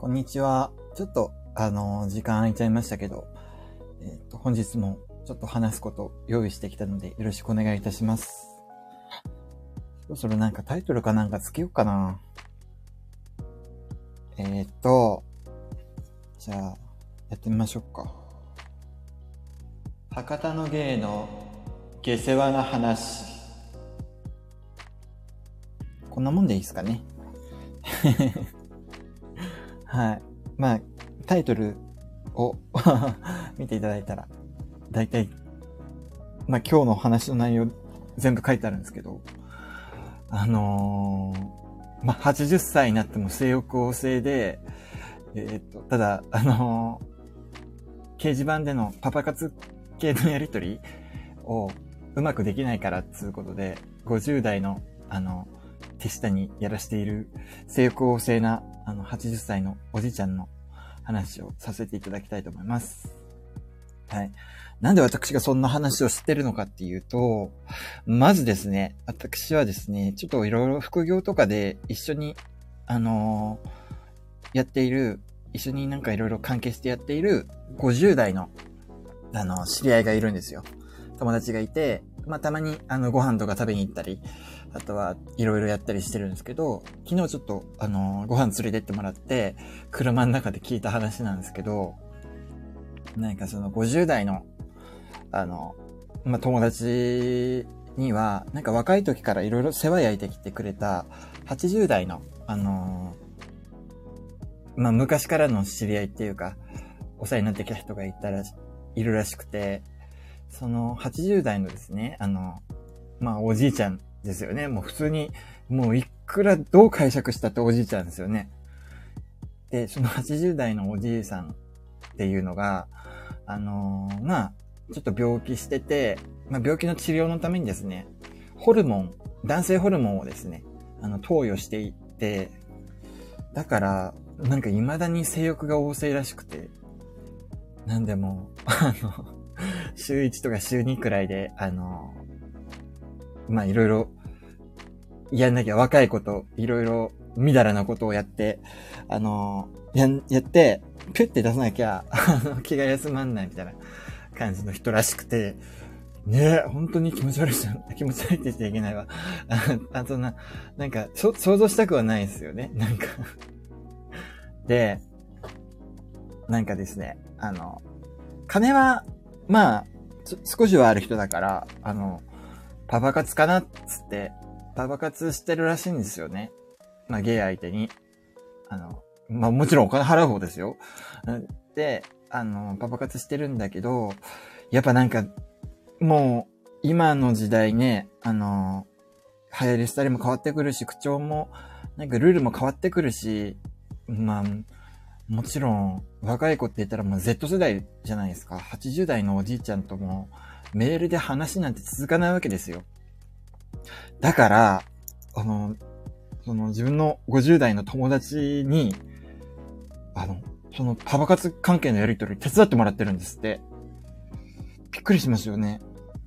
こんにちは。ちょっと、時間空いちゃいましたけど、本日もちょっと話すこと用意してきたので、よろしくお願いいたします。そろそろなんかタイトルかなんかつけようかな。じゃあ、やってみましょうか。博多の芸の下世話な話。こんなもんでいいですかね。はい。まあ、タイトルを見ていただいたら、だいたい、まあ今日の話の内容全部書いてあるんですけど、まあ80歳になっても性欲旺盛で、ただ、掲示板でのパパ活系のやりとりをうまくできないからっつうことで、50代の、手下にやらしている性欲旺盛な、80歳のおじちゃんの話をさせていただきたいと思います。はい。なんで私がそんな話を知ってるのかっていうと、まずですね、私はですね、ちょっといろいろ副業とかで一緒に、やっている、一緒になんかいろいろ関係してやっている50代の、知り合いがいるんですよ。友達がいて、まあ、たまに、ご飯とか食べに行ったり、あとはいろいろやったりしてるんですけど、昨日ちょっと、ご飯連れてってもらって、車の中で聞いた話なんですけど、なんかその50代の、まあ、友達には、なんか若い時からいろいろ世話焼いてきてくれた、80代の、まあ、昔からの知り合いっていうか、お世話になってきた人がいるらしくて、その80代のですね、まあ、おじいちゃんですよね。もう普通に、もういくらどう解釈したっておじいちゃんですよね。で、その80代のおじいさんっていうのが、まあ、ちょっと病気してて、まあ、病気の治療のためにですね、男性ホルモンをですね、投与していって、だから、なんか未だに性欲が旺盛らしくて、なんでも、週1とか週2くらいで、まあ、いろいろ、やんなきゃ若いこと、いろいろ、みだらなことをやって、やって、ピュッて出さなきゃ、気が休まんないみたいな感じの人らしくて、ねえ、本当に気持ち悪いじゃん。気持ち悪いって言っちゃいけないわ。そんな、なんか、想像したくはないですよね。なんかで、なんかですね、金は、まあ、少しはある人だから、パパ活かなっつって、パパ活してるらしいんですよね。まあ、ゲイ相手に。まあ、もちろんお金払う方ですよ。で、パパ活してるんだけど、やっぱなんか、もう、今の時代ね、流行りスタイルも変わってくるし、口調も、なんかルールも変わってくるし、まあ、もちろん、若い子って言ったらもう Z 世代じゃないですか。80代のおじいちゃんともメールで話なんて続かないわけですよ。だから、その自分の50代の友達に、そのパパ活関係のやり取り手伝ってもらってるんですって。びっくりしますよね。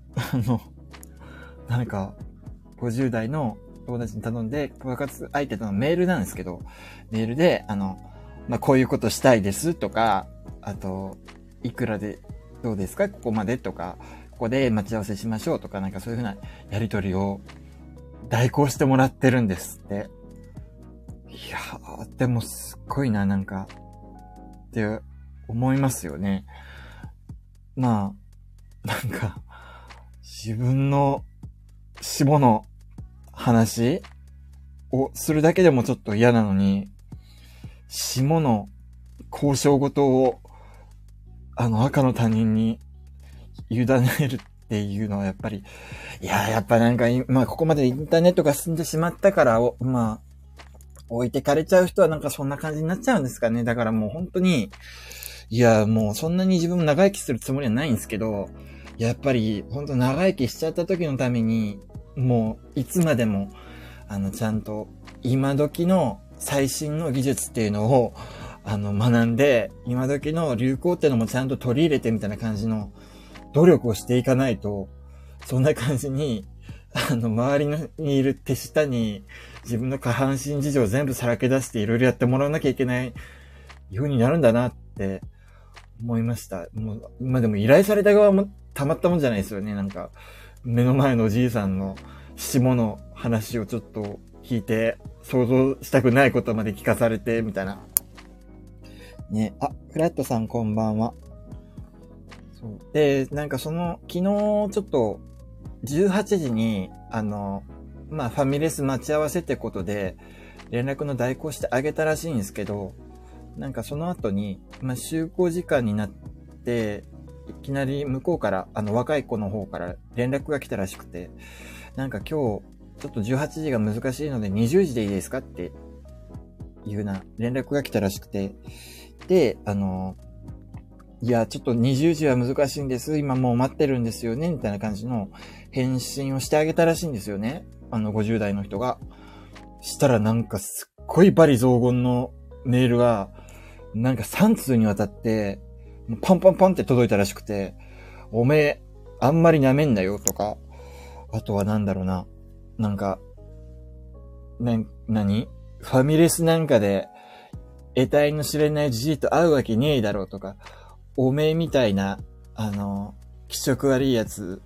なんか、50代の友達に頼んで、パパ活相手とのメールなんですけど、メールで、まあ、こういうことしたいですとか、あと、いくらでどうですかここまでとか、ここで待ち合わせしましょうとか、なんかそういうふうなやりとりを代行してもらってるんですって。いやー、でもすっごいな、なんか、って思いますよね。まあ、なんか、自分の下の話をするだけでもちょっと嫌なのに、下の交渉事を、赤の他人に委ねるっていうのはやっぱり、やっぱなんか、まあ、ここまでインターネットが進んでしまったから、まあ、置いてかれちゃう人はなんかそんな感じになっちゃうんですかね。だからもう本当に、もうそんなに自分も長生きするつもりはないんですけど、やっぱり本当長生きしちゃった時のために、もういつまでも、ちゃんと今時の最新の技術っていうのを、学んで、今時の流行っていうのもちゃんと取り入れてみたいな感じの努力をしていかないと、そんな感じに、周りにいる手下に自分の下半身事情を全部さらけ出していろいろやってもらわなきゃいけないいう風になるんだなって思いました。もう、まあでも依頼された側もたまったもんじゃないですよね。なんか、目の前のおじいさんの下の話をちょっと聞いて、想像したくないことまで聞かされて、みたいな。ね、あ、フラットさんこんばんは。そう。で、なんか昨日ちょっと、18時に、まあ、ファミレス待ち合わせってことで、連絡の代行してあげたらしいんですけど、なんかその後に、まあ、集合時間になって、いきなり向こうから、若い子の方から連絡が来たらしくて、なんか今日、ちょっと18時が難しいので20時でいいですかっていうような連絡が来たらしくて、で、いや、ちょっと20時は難しいんです。今もう待ってるんですよね。みたいな感じの返信をしてあげたらしいんですよね。50代の人が。したらなんかすっごい罵詈雑言のメールが、なんか3通にわたって、パンパンパンって届いたらしくて、おめえ、あんまり舐めんなよとか、あとはなんだろうな。なんか、何ファミレスなんかで、得体の知れないじじいと会うわけねえだろうとか、おめえみたいな、気色悪いやつ、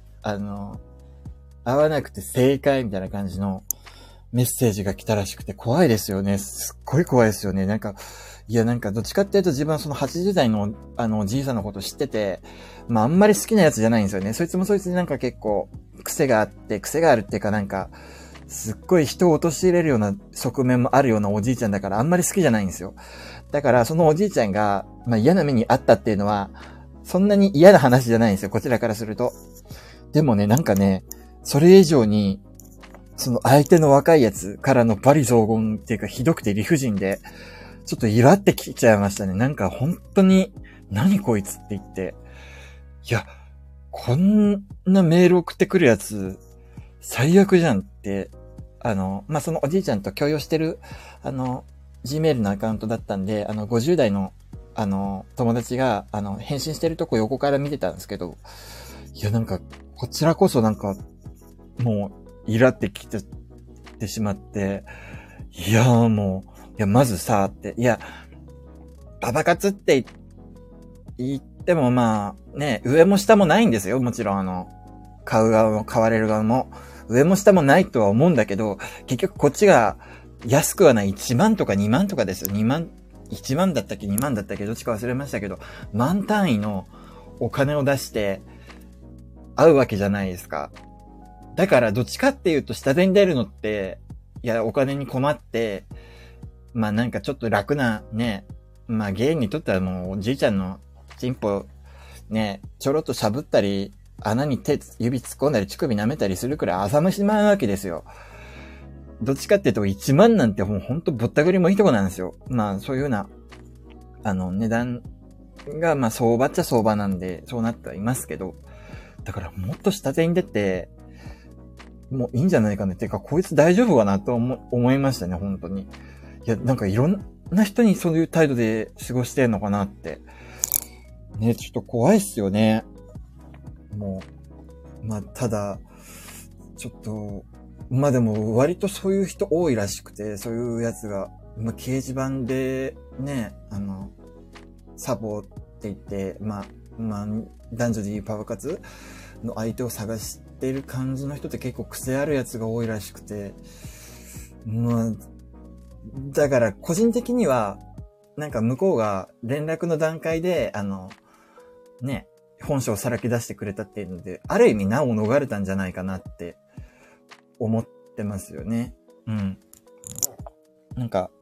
会わなくて正解みたいな感じのメッセージが来たらしくて怖いですよね。すっごい怖いですよね。なんかどっちかっていうと自分はその80代のおじいさんのこと知ってて、まああんまり好きなやつじゃないんですよね。そいつもそいつになんか結構癖があるっていうかなんか、すっごい人を陥れるような側面もあるようなおじいちゃんだからあんまり好きじゃないんですよ。だからそのおじいちゃんが、まあ嫌な目にあったっていうのは、そんなに嫌な話じゃないんですよ。こちらからすると。でもね、なんかね、それ以上に、その相手の若いやつからの罵詈雑言っていうかひどくて理不尽で、ちょっとイラってきちゃいましたね。なんか本当に、何こいつって言って。いや、こんなメール送ってくるやつ、最悪じゃんって、まあ、そのおじいちゃんと共有してる、Gmail のアカウントだったんで、50代の、友達が、返信してるとこ横から見てたんですけど、いや、なんか、こちらこそなんか、もう、イラってきてしまって、いやーもう、いや、まずさ、って、いや、パパ活って言ってもまあ、ね、上も下もないんですよ。もちろん買う側も買われる側も。上も下もないとは思うんだけど、結局こっちが安くはない1万とか2万とかですよ。2万、1万だったっけ2万だったっけどっちか忘れましたけど、万単位のお金を出して会うわけじゃないですか。だからどっちかっていうと下手に出るのって、いや、お金に困って、まあなんかちょっと楽なね、まあゲイにとってはもうおじいちゃんのチンポね、ちょろっとしゃぶったり、穴に指突っ込んだり乳首舐めたりするくらい浅虫なわけですよ。どっちかっていうと1万なんてもうほんとぼったくりもいいとこなんですよ。まあそういうような、値段がまあ相場っちゃ相場なんで、そうなってはいますけど、だからもっと下手に出て、もういいんじゃないかね。てか、こいつ大丈夫かなと思いましたね、本当に。いや、なんかいろんな人にそういう態度で過ごしてんのかなって。ね、ちょっと怖いっすよね。もう、まあ、ただ、ちょっと、まあでも割とそういう人多いらしくて、そういうやつが、まあ掲示板でね、サボって言って、まあ、男女でいうパパ活の相手を探してる感じの人って結構癖あるやつが多いらしくて、まあ、だから個人的には、なんか向こうが連絡の段階で、ね、本性をさらけ出してくれたっていうので、ある意味難を逃れたんじゃないかなって思ってますよね。うん。なんか、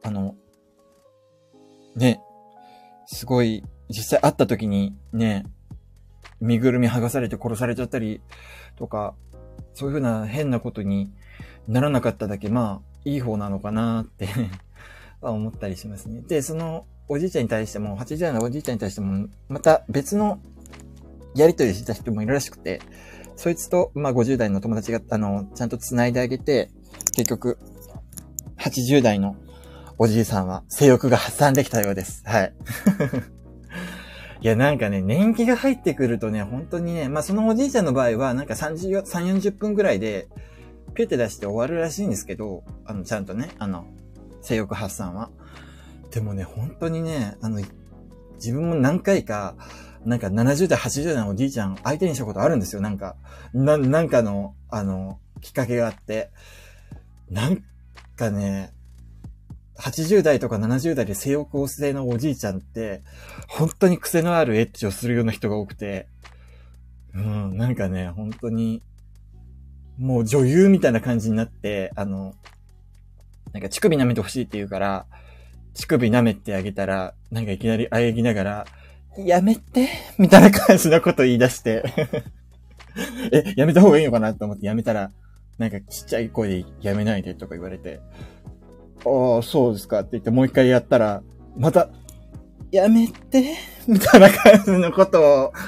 ね、すごい、実際会った時にね、身ぐるみ剥がされて殺されちゃったりとか、そういう風な変なことにならなかっただけ、まあ、いい方なのかなっては思ったりしますね。で、そのおじいちゃんに対しても、80代のおじいちゃんに対しても、また別のやりとりした人もいるらしくて、そいつと、まあ50代の友達が、ちゃんと繋いであげて、結局、80代のおじいさんは性欲が発散できたようです。はい。いや、なんかね、年季が入ってくるとね、本当にね、まあそのおじいちゃんの場合は、なんか40分ぐらいで、ピュって出して終わるらしいんですけど、ちゃんとね、性欲発散は。 でもね、本当にね、自分も何回か、なんか70代、80代のおじいちゃん相手にしたことあるんですよ。なんかの、きっかけがあって。なんかね、80代とか70代で性欲旺盛のおじいちゃんって、本当に癖のあるエッチをするような人が多くて、なんかね、本当に、もう女優みたいな感じになって、なんか乳首舐めてほしいって言うから、乳首舐めてあげたら、なんかいきなり喘ぎながら、やめてみたいな感じのこと言い出してやめた方がいいのかなと思ってやめたら、なんかちっちゃい声でやめないでとか言われて、ああ、そうですかって言ってもう一回やったら、また、やめてみたいな感じのことを、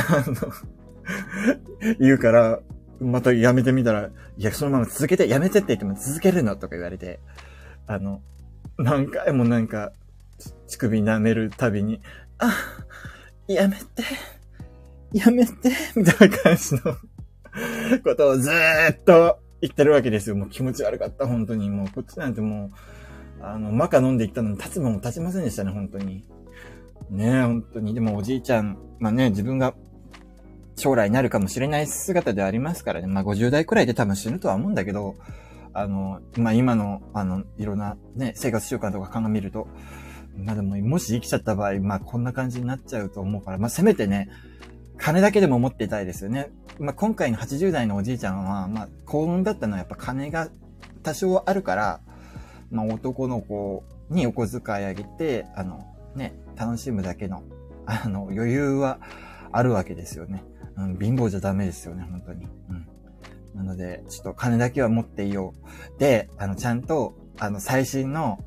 言うから、またやめてみたら、いや、そのまま続けて、やめてって言っても続けるのとか言われて、何回もなんか、乳首舐めるたびに、やめて、やめて、みたいな感じのことをずーっと言ってるわけですよ。もう気持ち悪かった、本当に。もうこっちなんてもう、マカ飲んでいったのに立つも立ちませんでしたね、本当に。ねえ、本当に。でもおじいちゃん、まあね、自分が将来なるかもしれない姿ではありますからね。まあ50代くらいで多分死ぬとは思うんだけど、まあ今の、いろんなね、生活習慣とか鑑みると、まあでも、もし生きちゃった場合、まあこんな感じになっちゃうと思うから、まあせめてね、金だけでも持っていたいですよね。まあ今回の80代のおじいちゃんは、まあ幸運だったのはやっぱ金が多少あるから、まあ男の子にお小遣いあげて、ね、楽しむだけの、余裕はあるわけですよね。貧乏じゃダメですよね、本当に。なので、ちょっと金だけは持っていよう。で、ちゃんと、最新の、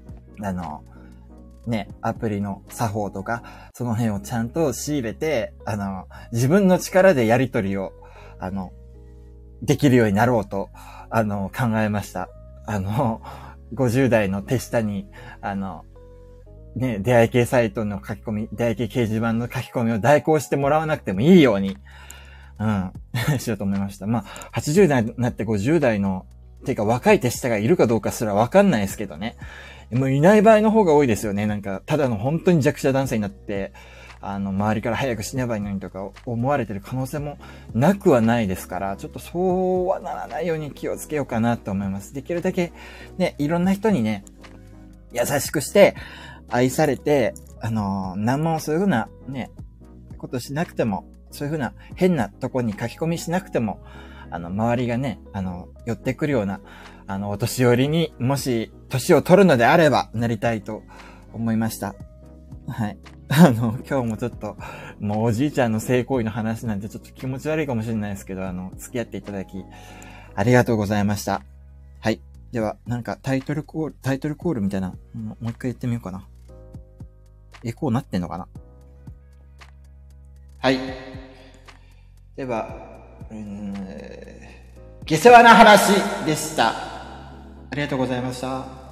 ね、アプリの作法とか、その辺をちゃんと仕入れて、自分の力でやり取りを、できるようになろうと、考えました。50代の手下に、ね、出会い系サイトの書き込み、出会い系掲示板の書き込みを代行してもらわなくてもいいように、しようと思いました。まあ、80代になって50代の、てか若い手下がいるかどうかすらわかんないですけどね。もういない場合の方が多いですよね。なんか、ただの本当に弱者男性になって、周りから早く死ねばいいのにとか思われてる可能性もなくはないですから、ちょっとそうはならないように気をつけようかなと思います。できるだけ、ね、いろんな人にね、優しくして、愛されて、何もそういうふうな、ね、ことしなくても、そういうふうな変なとこに書き込みしなくても、周りがね、寄ってくるような、お年寄りにもし、年を取るのであれば、なりたいと思いました。はい。今日もちょっと、もうおじいちゃんの性行為の話なんてちょっと気持ち悪いかもしれないですけど、付き合っていただき、ありがとうございました。はい。では、なんかタイトルコールみたいな、もう一回言ってみようかな。エコーなってんのかな？はい。では、下世話な話でした。ありがとうございました。